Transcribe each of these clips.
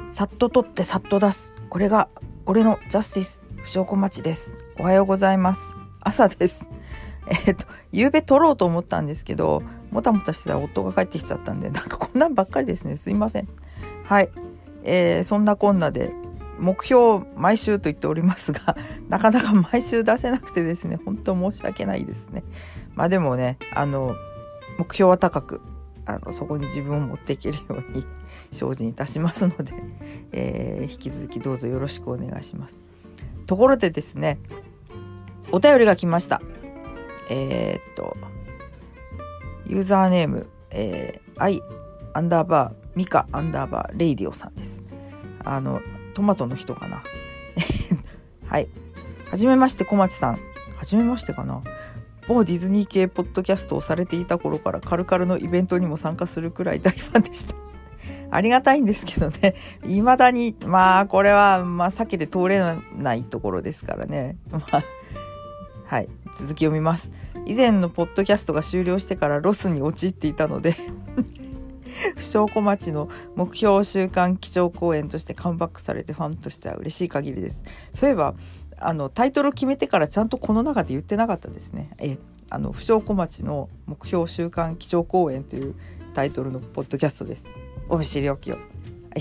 さっと取ってさっと出す。これが俺のジャスティス。不祥小町です。おはようございます。朝です。夕べ撮ろうと思ったんですけど、もたもたしてたら夫が帰ってきちゃったんで、なんかこんなんばっかりですね。すいません。はい、そんなこんなで目標毎週と言っておりますが、なかなか毎週出せなくてですね、本当申し訳ないですね。まあでもね、目標は高く、そこに自分を持っていけるように精進いたしますので、引き続きどうぞよろしくお願いします。ところでですね、お便りが来ました。ユーザーネーム、I_ミカ_レイディオさんです。トマトの人かなはい、はじめまして、小町さん。はじめましてかな。某ディズニー系ポッドキャストをされていた頃からカルカルのイベントにも参加するくらい大ファンでした。ありがたいんですけどね、未だにこれは避けて通れないところですからね。はい、続き読みます。以前のポッドキャストが終了してからロスに陥っていたので不祥小町の目標週間基調講演としてカムバックされてファンとしては嬉しい限りです。そういえばタイトル決めてからちゃんとこの中で言ってなかったですね。不祥小町の目標週間基調講演というタイトルのポッドキャストです。お見知りおきを。はい、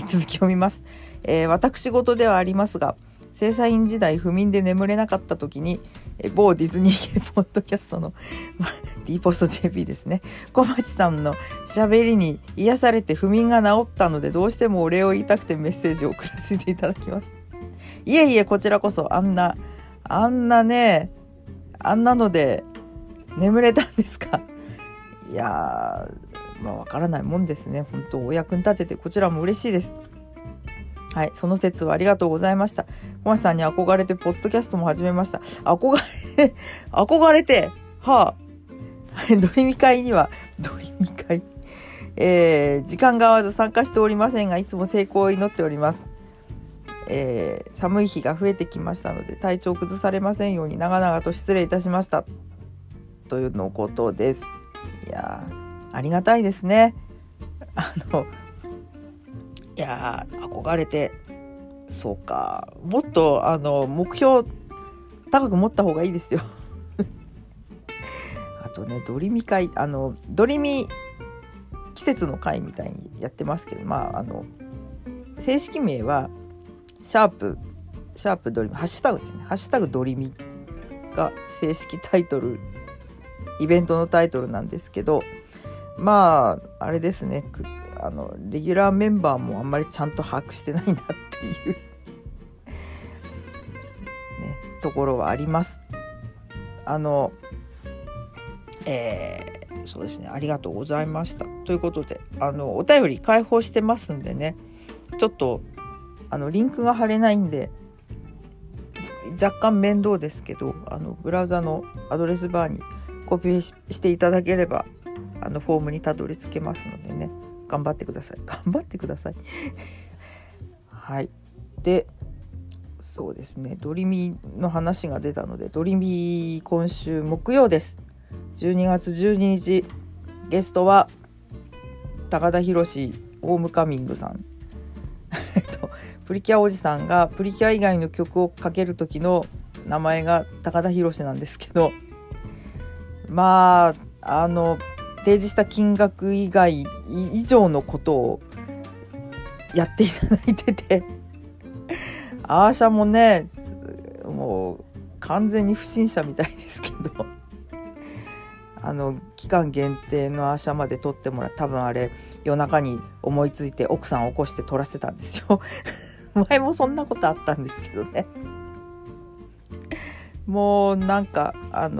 続き読みます。私事ではありますが、正社員時代不眠で眠れなかった時に某ディズニー系ポッドキャストのD ポスト JP ですね、小町さんの喋りに癒されて不眠が治ったので、どうしてもお礼を言いたくてメッセージを送らせていただきました。いえいえ、こちらこそ。あんなので眠れたんですか。いやわからないもんですね。本当お役に立ててこちらも嬉しいです。はい、その説はありがとうございました。小町さんに憧れてポッドキャストも始めました。憧れて、ドリミ会には時間が合わず参加しておりませんが、いつも成功を祈っております。寒い日が増えてきましたので、体調を崩されませんように長々と失礼いたしましたというのことです。いやありがたいですね。いや憧れて、そうか、もっと目標高く持った方がいいですよあとね、ドリミ会、ドリミ季節の会みたいにやってますけど、正式名はシャープドリミ、ハッシュタグですね、ハッシュタグドリミが正式タイトル、イベントのタイトルなんですけど、あれですね、レギュラーメンバーもあんまりちゃんと把握してないなっていうね、ところはあります。そうですね、ありがとうございました。ということで、お便り開放してますんでね、ちょっとリンクが貼れないんで若干面倒ですけど、ブラウザのアドレスバーにコピーしていただければフォームにたどり着けますのでね、頑張ってくださいはい。で、そうですね、ドリミの話が出たので、ドリミ今週木曜です。12月12日、ゲストは高田博オームカミングさんプリキュアおじさんがプリキュア以外の曲をかける時の名前が高田博なんですけど、提示した金額以上のことをやっていただいててアーシャもね、もう完全に不審者みたいですけど期間限定のアーシャまで撮ってもらって、多分あれ夜中に思いついて奥さんを起こして撮らせたんですよ前もそんなことあったんですけどね。もうなんか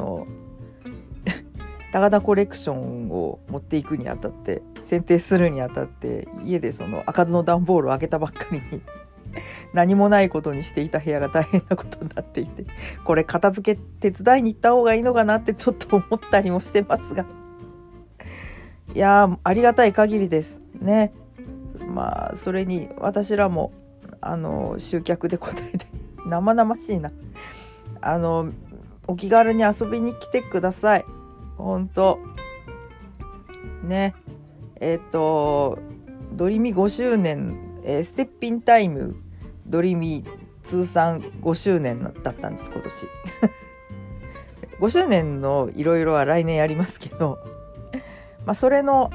高田コレクションを持っていくにあたって、選定するにあたって、家でその開かずの段ボールを開けたばっかりに何もないことにしていた部屋が大変なことになっていて、これ片付け手伝いに行った方がいいのかなってちょっと思ったりもしてますが、いやありがたい限りですね。それに私らも集客で答えて生々しいな、お気軽に遊びに来てください。本当ね、ドリミ5周年ステッピンタイムドリミ通算5周年だったんです今年5周年のいろいろは来年やりますけど、それの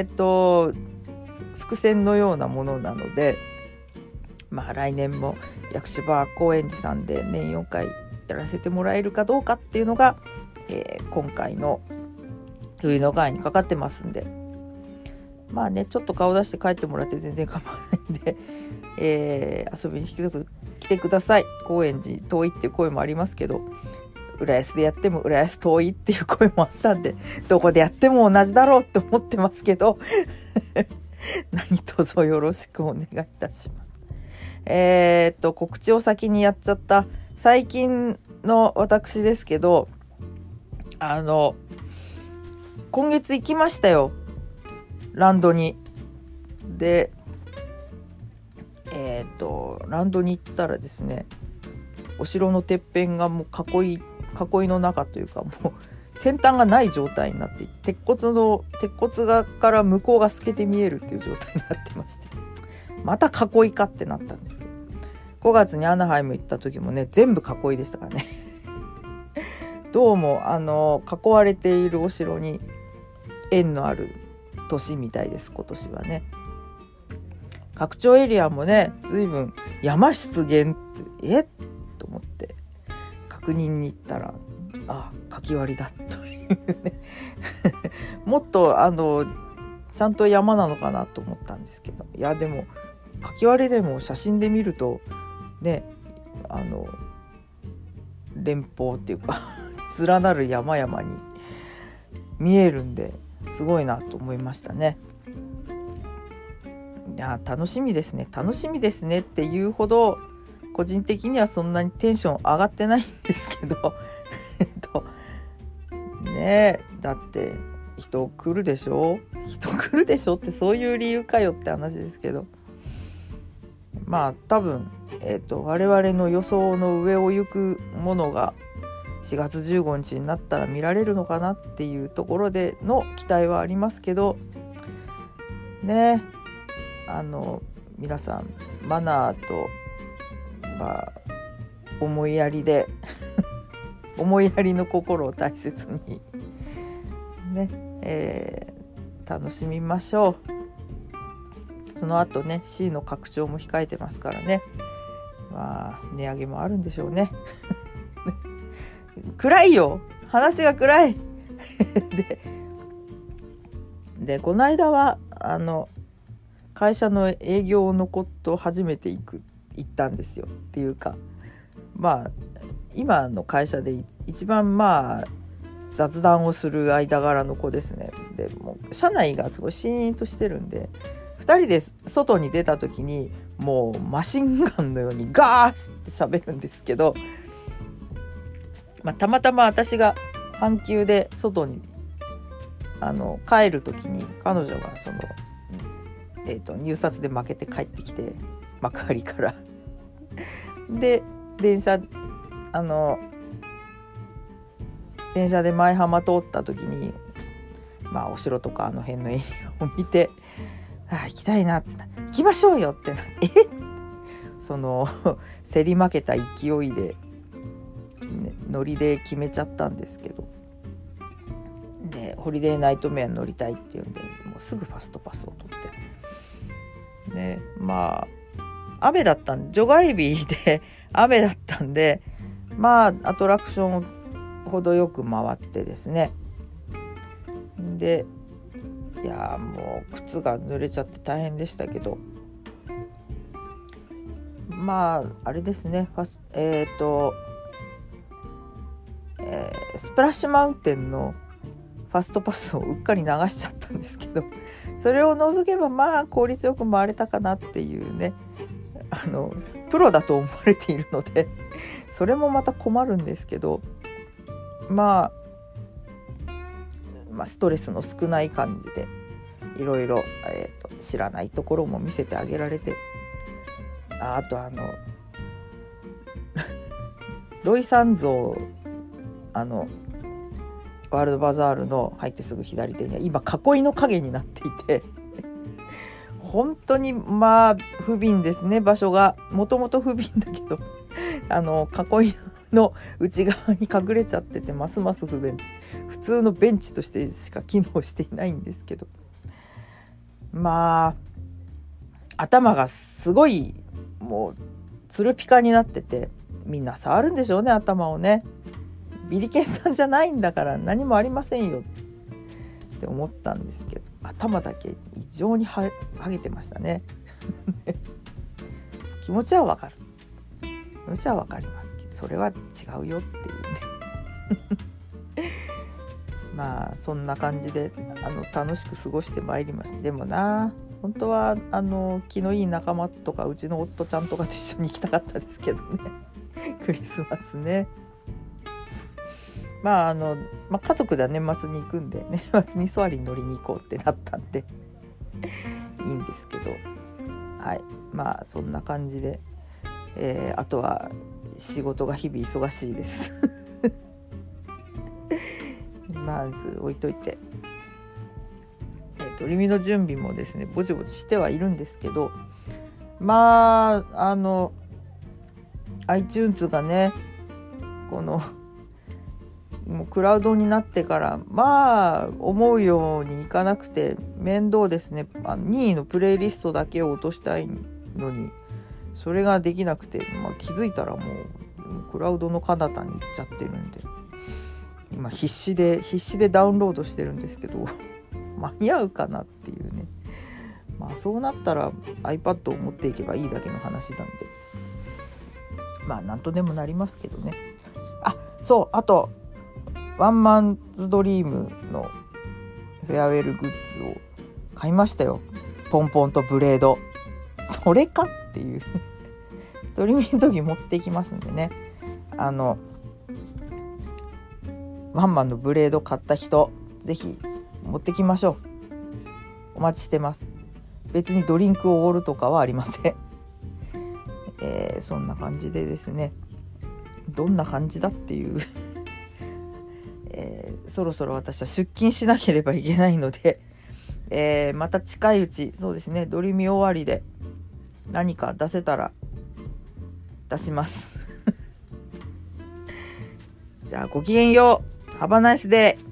伏線のようなものなので、来年も薬師場高円寺さんで年4回やらせてもらえるかどうかっていうのが、今回の冬の会にかかってますんで、ちょっと顔出して帰ってもらって全然構わないんで、遊びに来てください。高円寺遠いっていう声もありますけど、浦安でやっても浦安遠いっていう声もあったんで、どこでやっても同じだろうって思ってますけど何卒よろしくお願いいたします。告知を先にやっちゃった最近の私ですけど、今月行きましたよ、ランドに。でランドに行ったらですね、お城のてっぺんがもう囲いの中というか、もう先端がない状態になって鉄骨側から向こうが透けて見えるっていう状態になってまして、また囲いかってなったんですけど、5月にアナハイム行った時もね、全部囲いでしたからねどうも囲われているお城に縁のある年みたいです、今年はね。拡張エリアもね、随分山出現ってと思って確認に行ったら、かき割りだというねもっとちゃんと山なのかなと思ったんですけど、いやでもかき割りでも写真で見るとね、連峰っていうか連なる山々に見えるんで、すごいなと思いましたね。いや楽しみですねっていうほど個人的にはそんなにテンション上がってないんですけどねえ、だって人来るでしょってそういう理由かよって話ですけど、多分、我々の予想の上を行くものが4月15日になったら見られるのかなっていうところでの期待はありますけどね。皆さんマナーと、思いやりで思いやりの心を大切にね、楽しみましょう。その後ね C の拡張も控えてますからね、値上げもあるんでしょうね暗いよ、話が暗いでこの間は会社の営業のこと初めて行ったんですよ。っていうか今の会社で一番雑談をする間柄の子ですね。でもう社内がすごいシーンとしてるんで、2人で外に出た時にもうマシンガンのようにガーって喋るんですけど、たまたま私が半休で外に帰る時に彼女が入札で負けて帰ってきて、幕張からで電車で舞浜通った時に、お城とか辺のエリアを見て、行きたいなって、行きましょうよってなって、競り負けた勢いで、ノリで決めちゃったんですけど、でホリデーナイトメア乗りたいっていうんで、もうすぐファストパスを取ってね、雨だったんで、除外日で雨だったんで、アトラクションほどよく回ってですね、でいやもう靴が濡れちゃって大変でしたけど、あれですね、スプラッシュマウンテンのファストパスをうっかり流しちゃったんですけど、それを除けば効率よく回れたかなっていうね、プロだと思われているのでそれもまた困るんですけど、ストレスの少ない感じでいろいろ知らないところも見せてあげられて、あとロイサンゾーワールドバザールの入ってすぐ左手には今囲いの影になっていて本当に不憫ですね。場所がもともと不憫だけど囲いの内側に隠れちゃっててますます不便。普通のベンチとしてしか機能していないんですけど、頭がすごいもうつるピカになってて、みんな触るんでしょうね、頭をね。ビリケンさんじゃないんだから何もありませんよって思ったんですけど、頭だけ異常にはげてましたね気持ちはわかる、気持ちはわかりますけど、それは違うよっていうねそんな感じで楽しく過ごしてまいりました。でもな、本当は気のいい仲間とかうちの夫ちゃんとかと一緒に行きたかったですけどねクリスマスね。家族では年末に行くんで、年末にソアリン乗りに行こうってなったんでいいんですけど、はい、そんな感じで、あとは仕事が日々忙しいですまず置いといて、ドリミの準備もですねぼちぼちしてはいるんですけど、iTunes がねこのもうクラウドになってから思うようにいかなくて面倒ですね。任意のプレイリストだけを落としたいのにそれができなくて、気づいたらもうクラウドの彼方に行っちゃってるんで、今必死でダウンロードしてるんですけど間に合うかなっていうね。そうなったら iPad を持っていけばいいだけの話なんでなんとでもなりますけどね。あとワンマンズドリームのフェアウェルグッズを買いましたよ。ポンポンとブレード、それかっていうドリミの時持っていきますんでね。ワンマンのブレード買った人ぜひ持ってきましょう。お待ちしてます。別にドリンクをおごるとかはありませんそんな感じでですね、どんな感じだっていうそろそろ私は出勤しなければいけないので、また近いうち、そうですね、ドリミ終わりで何か出せたら出しますじゃあごきげんよう。Have a nice day.